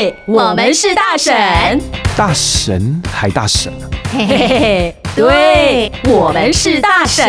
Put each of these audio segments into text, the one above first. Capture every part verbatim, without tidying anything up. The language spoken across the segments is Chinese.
对，我们是大婶。 大神还大婶啊？ 嘿嘿嘿，对，我们是大婶。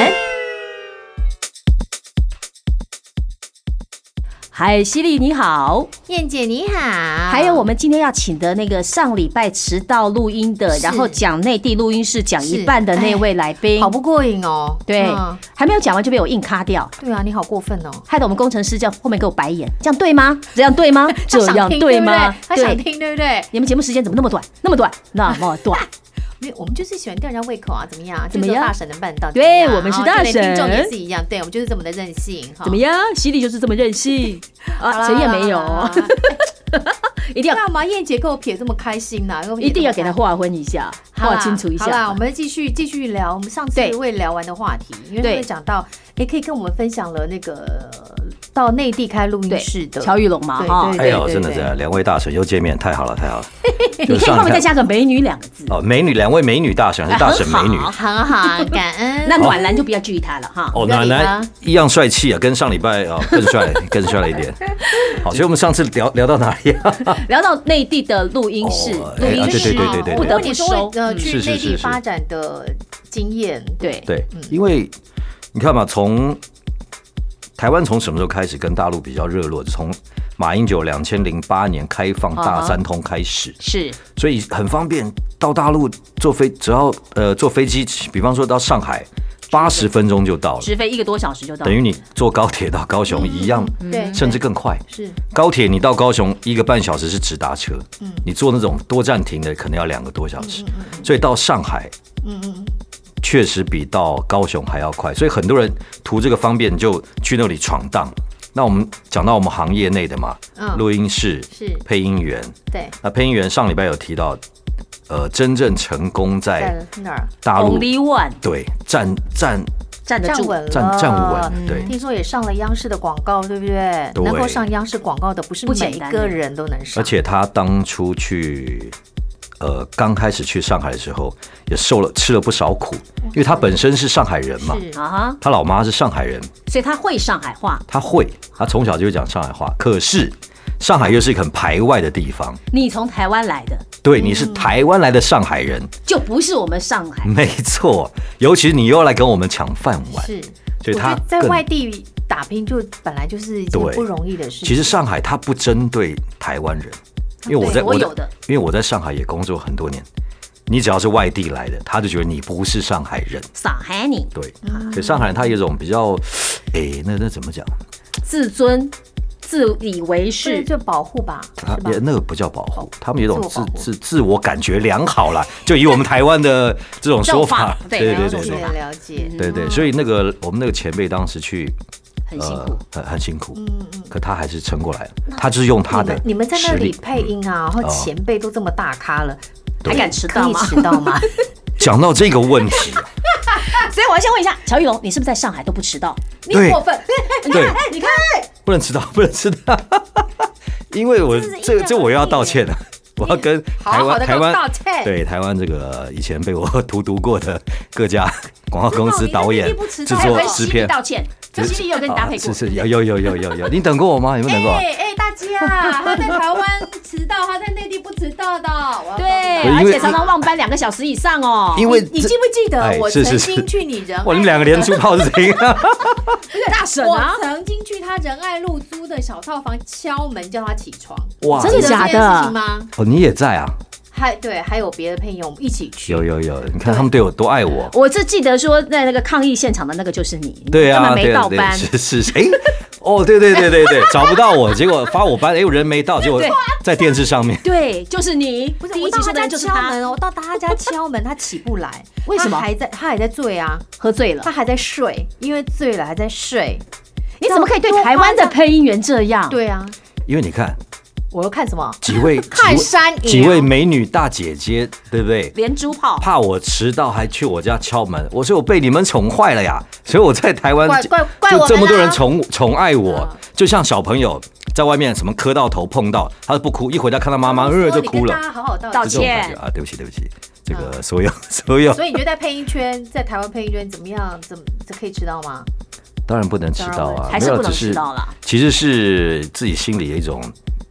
嗨，犀利你好， 燕姐你好， 还有我们今天要请的那个上礼拜迟到录音的，然后讲内地录音室讲一半的那位来宾， 好不过瘾哦。 对，嗯、还没有讲完就被我硬卡掉。 对啊，你好过分哦， 害得我们工程师这样后面给我白眼，这样对吗？这样对吗？这样对吗？ 他想听对不对？ 你们节目时间怎么那么短？那么短，那么短。 没有，我们就是喜欢吊人家胃口啊，怎么样？ 怎么样？ 大婶能办到？ 对，我们是大婶， 听众也是一样，对我们就是这么的任性。 怎么样？犀利就是这么任性啊，谁也没有。一定要干嘛？燕姐给我撇这么开心呢？ 一定要给他划分一下，划清楚一下。 好啦，我们继续继续聊我们上次未聊完的话题，因为会讲到，哎，可以跟我们分享了那个到内地开录音室的乔玉龙嘛，哈。 哎呦，真的是两位大婶又见面，太好了，太好了。 你可以后面再加个美女两个字哦，美女，两位美女大婶还是大婶美女？ 很好，感恩。 那暖男就不要注意他了哈。 哦，暖男一样帅气啊，跟上礼拜啊更帅，更帅了一点。好，所以我们上次聊聊到哪里啊？ 聊到内地的录音室，录音室不得不收。 呃，去内地发展的经验，对对，因为你看嘛，从台湾从什么时候开始跟大陆比较热络？从马英九两千零八年开放大三通开始， 是， 所以很方便到大陆坐飞，只要呃坐飞机，比方说到上海。八十分钟就到了， 直飞一个多小时就到了， 等于你坐高铁到高雄一样， 对， 甚至更快。 是高铁你到高雄一个半小时是直达车，嗯，你坐那种多站停的可能要两个多小时，所以到上海，嗯嗯，确实比到高雄还要快，所以很多人图这个方便就去那里闯荡。那我们讲到我们行业内的嘛，录音室是配音员， 对， 那配音员上礼拜有提到。呃，真正成功在哪儿？ 大陆 Only one 对站站站得住， 站稳了， 站站稳。对， 听说也上了央视的广告，对不对？ 对， 能够上央视广告的不是每一个人都能上。 而且他当初去，呃，刚开始去上海的时候，也受了吃了不少苦，因为他本身是上海人嘛， 啊， 他老妈是上海人， 所以他会上海话， 他会，他从小就会讲上海话，可是。上海又是一个很排外的地方。 你从台湾来的， 对，你是台湾来的上海人， 就不是我们上海。 没错，尤其你又要来跟我们抢饭碗， 是， 所以他在外地打拼就本来就是一件不容易的事情。 其实上海它不针对台湾人，因为我在我有的， 因为我在上海也工作很多年，你只要是外地来的，他就觉得你不是上海人。 上海你对，所以上海人他有一种比较，哎，那那怎么讲？ 自尊。自以为是， 就保护吧， 他也那个不叫保护，他们有种自自自我感觉良好啦，就以我们台湾的这种说法， 对对对对， 了解， 对对，所以那个我们那个前辈当时去， 很辛苦， 很很辛苦，嗯嗯，可他还是撑过来了，他就是用他的， 你们在那里配音啊，然后前辈都这么大咖了， 还敢迟到吗？ 可以迟到吗？ 讲到这个问题。 所以我要先问一下乔玉龙，你是不是在上海都不迟到？ 你过分！ 对， 你看， 不能迟到，不能迟到，因为我这这我要道歉了，我要跟台湾台湾对台湾这个以前被我荼毒过的各家广告公司导演制作制片道歉。这犀利有跟你搭配过， 是是有有有有有有，你等过我吗？有没有等过？ 哎哎，大家，他在台湾迟到，他在内地不迟到的， 对，而且常常忘班两个小时以上哦。 因为你记不记得我曾经去你仁爱？ 哇，你们两个连珠炮是怎样？ 不是大婶啊！ 我曾经去他仁爱路租的小套房敲门叫他起床。 哇， 真的假的？ 哦，你也在啊？ 还对，还有别的配音，我们一起去。 有有有，你看他们对我多爱我。 我只记得说，在那个抗议现场的那个就是你， 对啊， 根本没到班。 是是，哎，哦，对对对对对，找不到我，结果发我班，哎，人没到，结果在电视上面。 对，就是你。 不是，第一集说的就是他。我到他家敲门，他起不来， 为什么？ 他还在，他还在醉啊， 喝醉了， 他还在睡，因为醉了还在睡。 你怎么可以对台湾的配音员这样？ 对啊， 因为你看。 我要看什么？ 几位看山影， 几位美女大姐姐，对不对？ 连珠炮， 怕我迟到还去我家敲门，我说我被你们宠坏了呀，所以我在台湾就这么多人宠宠爱我，就像小朋友在外面什么磕到头碰到，他不哭，一回家看到妈妈，呃就哭了， 好好道歉啊，对不起对不起，这个所有所有。 所以你觉得在配音圈，在台湾配音圈怎么样？怎么这可以迟到吗？ 当然不能迟到啊， 还是不能迟到啦。 其实是自己心里有一种。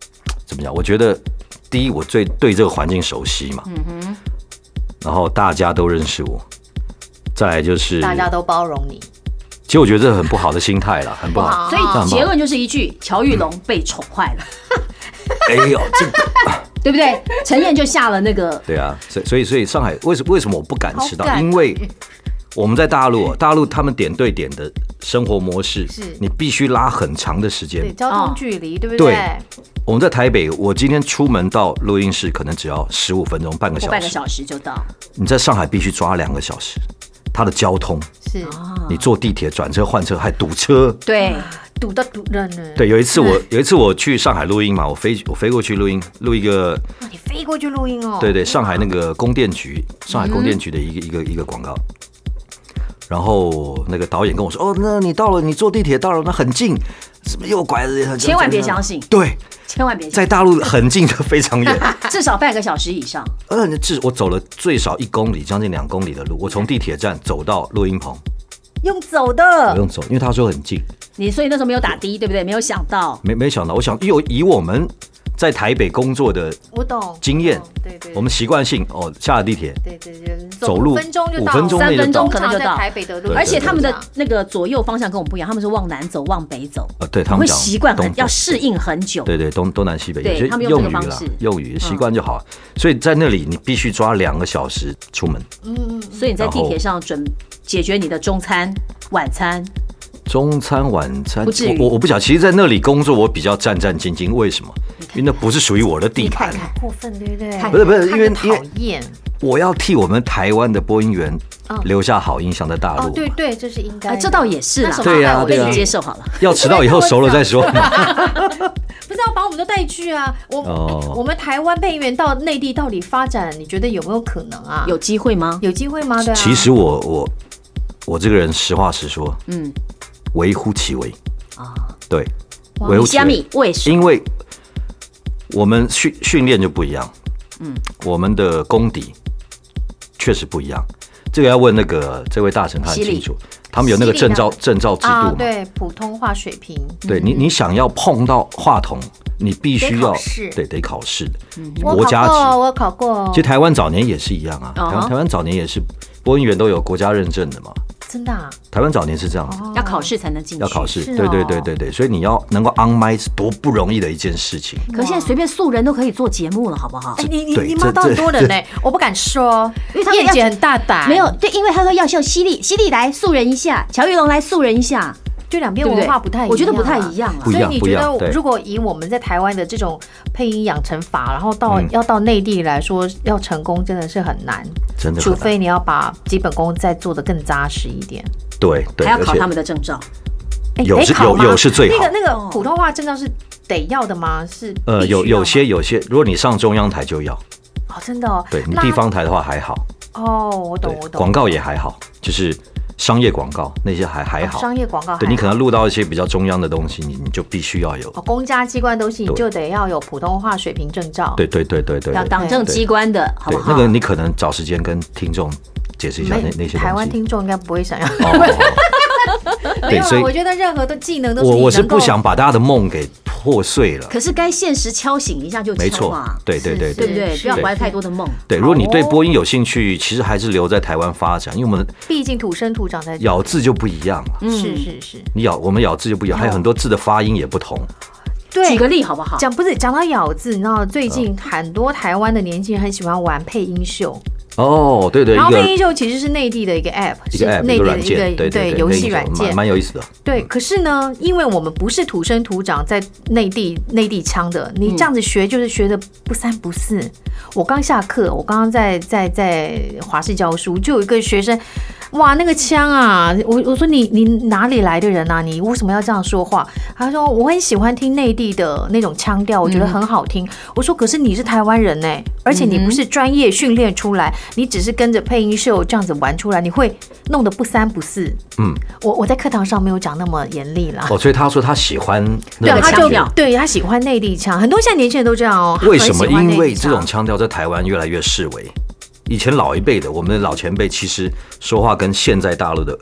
怎么讲？我觉得第一，我最对这个环境熟悉嘛，嗯哼，然后大家都认识我，再来就是大家都包容你。 其实我觉得这很不好的心态啦，很不好。 所以结论就是一句：乔玉龙被宠坏了。 哎呦，这个对不对？陈燕就下了那个。 对啊，所以所以所以上海为什么为什么我不敢迟到？因为我们在大陆，大陆他们点对点的生活模式，是你必须拉很长的时间， 对交通距离，对不对？对。 我们在台北，我今天出门到录音室可能只要十五分钟，半个小时， 半个小时就到。 你在上海必须抓两个小时。它的交通是， 你坐地铁转车换车还堵车， 对， 堵到堵人了。 对，有一次我有一次我去上海录音嘛，我飞我飞过去录音，录一个， 你飞过去录音哦？ 对对，上海那个供电局，上海供电局的一个、嗯、一个一个广告。然后那个导演跟我说：“哦，那你到了，你坐地铁到了，那很近，什么右拐子， 千万别相信。” 对。 千万别在大陆很近的非常远， 至少半个小时以上。 呃，至我走了最少一公里，将近两公里的路，我从地铁站走到录音棚， 用走的， 用走，因为他说很近。 你所以那时候没有打的，对不对？没有想到， 没没想到，我想以以我们在台北工作的我懂经验， 对对， 我们习惯性哦下了地铁， 对对对， 走路五分钟就到， 五分钟三分钟可能就到台北的路， 而且他们的那个左右方向跟我们不一样，他们是往南走，往北走， 呃，对他们会习惯很要适应很久， 对对，东东南西北， 对他们用这个方式用语习惯就好，所以在那里你必须抓两个小时出门， 嗯，所以你在地铁上准解决你的中餐、晚餐。 中餐晚餐， 不至于我我不晓得。其实，在那里工作，我比较战战兢兢。为什么？因为那不是属于我的地盘。 过分，对不对？ 不是不是，因为讨厌。 我要替我们台湾的播音员留下好印象，在大陆。 哦，对对，这是应该。 这倒也是啦。 对呀， 我可以接受好了。 要迟到以后熟了再说。 不是要把我们都带去啊？我我们台湾配音员到内地到底发展，你觉得有没有可能啊？ 有机会吗？ 有机会吗？对啊。 其实我我我这个人实话实说，嗯。微乎其微啊，对，微乎其微。 为什么？ 因为我们训训练就不一样，嗯，我们的功底确实不一样。这个要问那个这位大臣，他很清楚，他们有那个证照证照制度嘛？ 对，普通话水平。 对你，你想要碰到话筒，你必须要对得考试的，国家级。 我有考过。 其实台湾早年也是一样啊，台湾台湾早年也是播音员都有国家认证的嘛。 真的、啊， 台湾早年是这样子， 要考试才能进去。 要考试，对对对对对，所以你要能够 on 麦是多不容易的一件事情。 可现在随便素人都可以做节目了，好不好？ 哎，你你你骂到很多人呢，我不敢说，因为他们姐很大胆。 没有，对，因为他说要秀犀利，犀利来素人一下，乔玉龙来素人一下。 就两边文化不太一样， 我觉得不太一样啊。 所以你觉得，如果以我们在台湾的这种配音养成法，然后到要到内地来说，要成功真的是很难， 真的， 除非你要把基本功再做得更扎实一点。 对对， 还要考他们的证照。 有是有有是最好。 那个那个普通话证照是得要的吗？是呃有有些有些，如果你上中央台就要。 哦，真的哦。 对你地方台的话还好。 哦，我懂我懂。 广告也还好，就是。商业广告那些还还好， 商业广告对你可能录到一些比较中央的东西，你你就必须要有哦，公家机关东西你就得要有普通话水平证照。 对对对对对， 要党政机关的，好不好？ 那个你可能找时间跟听众解释一下那那些。 台湾听众应该不会想要。没有，我觉得任何的技能都是我我是不想把大家的梦给破碎了。 可是该现实敲醒一下就敲嘛。 没错，对对对对不对？不要怀太多的梦。 对，如果你对播音有兴趣，其实还是留在台湾发展，因为我们毕竟土生土长在。 咬字就不一样了。 是是是， 你咬我们咬字就不一样，还有很多字的发音也不同。 对， 举个例好不好？ 讲不是讲到咬字，你知道最近很多台湾的年轻人很喜欢玩配音秀。 哦，对对， 然后配音秀其实是内地的一个 app， 一个 app 内地的一个对游戏软件， 蛮有意思的。 对，可是呢，因为我们不是土生土长在内地内地腔的，你这样子学就是学的不三不四。我刚下课，我刚刚在在在华视教书，就有一个学生。哇，那个腔啊！我我说你你哪里来的人啊？你为什么要这样说话？他说我很喜欢听内地的那种腔调，我觉得很好听。嗯、我说可是你是台湾人呢、欸，而且你不是专业训练出来，你只是跟着配音秀这样子玩出来，你会弄得不三不四。嗯，我我在课堂上没有讲那么严厉啦。 哦，所以他说他喜欢那个腔调，对他喜欢内地腔，很多现在年轻人都这样哦。 为什么？因为这种腔调在台湾越来越式微。以前老一辈的，我们的老前辈，其实说话跟现在大陆的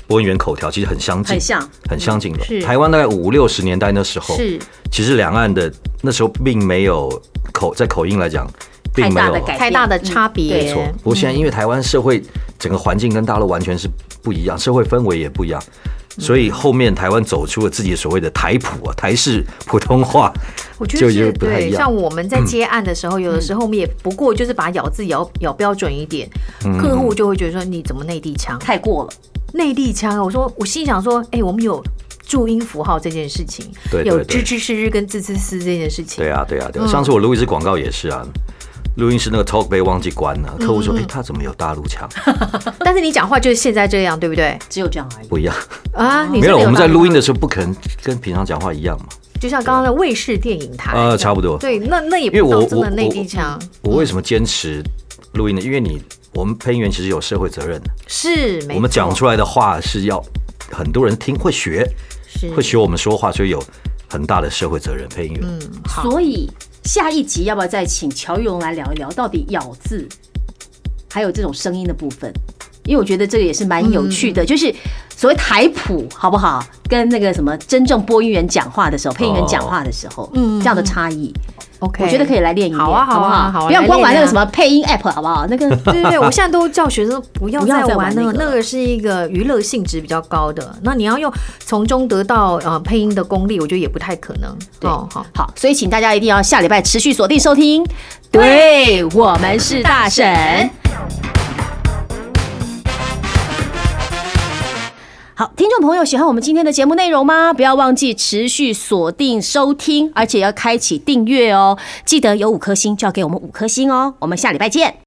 播音员口条其实很相近， 很像， 很相近的。 是台湾大概五六十年代那时候， 是其实两岸的那时候并没有口在口音来讲，并没有太大的改变太大的差别。 嗯没错。不过现在因为台湾社会整个环境跟大陆完全是不一样，社会氛围也不一样。所以后面台湾走出了自己所谓的台普啊，台式普通话， 我觉得就是就不太一对。 样。 像我们在接案的时候，有的时候我们也不过就是把咬字咬咬标准一点， 嗯客户就会觉得说你怎么内地腔？ 太过了。 内地腔，我说我心想说，哎，我们有注音符号这件事情， 对对有对吱吱是日跟滋滋丝这件事情。 对啊，对啊，对啊。 嗯上次我录一支广告也是啊，录音师那个 talk 杯忘记关了，客户说：“哎，他怎么有大陆腔？ 但是你讲话就是现在这样，对不对？ 只有这样而已。 不一样。 啊，你没有， 真的我们在大陆录音的时候不可能跟平常讲话一样嘛。 就像刚刚的卫视电影台， 呃，差不多。 对，那那也因为我不到真的我内地腔， 我为什么坚持录音呢？因为你我们配音员其实有社会责任的， 是没我们讲错出来的话是要很多人听会学， 是会学我们说话，所以有很大的社会责任。配音员， 嗯好， 所以下一集要不要再请乔玉荣来聊一聊，到底咬字还有这种声音的部分？因为我觉得这个也是蛮有趣的，就是所谓台普好不好？跟那个什么真正播音员讲话的时候，配音员讲话的时候， 嗯这样的差异， OK， 我觉得可以来练一练， 好啊好啊不好啊不要光玩那个什么。 么配音 app 好不好？那个对对对，我现在都叫学生不要不要再玩那个， 再玩那个那个是一个娱乐性质比较高的。那你要用从中得到呃配音的功力，我觉得也不太可能。 对哦，好， 好，所以请大家一定要下礼拜持续锁定收听。对，我们是大婶。好，听众朋友，喜欢我们今天的节目内容吗？不要忘记持续锁定收听，而且要开启订阅哦。记得有五颗星就要给我们五颗星哦。我们下礼拜见。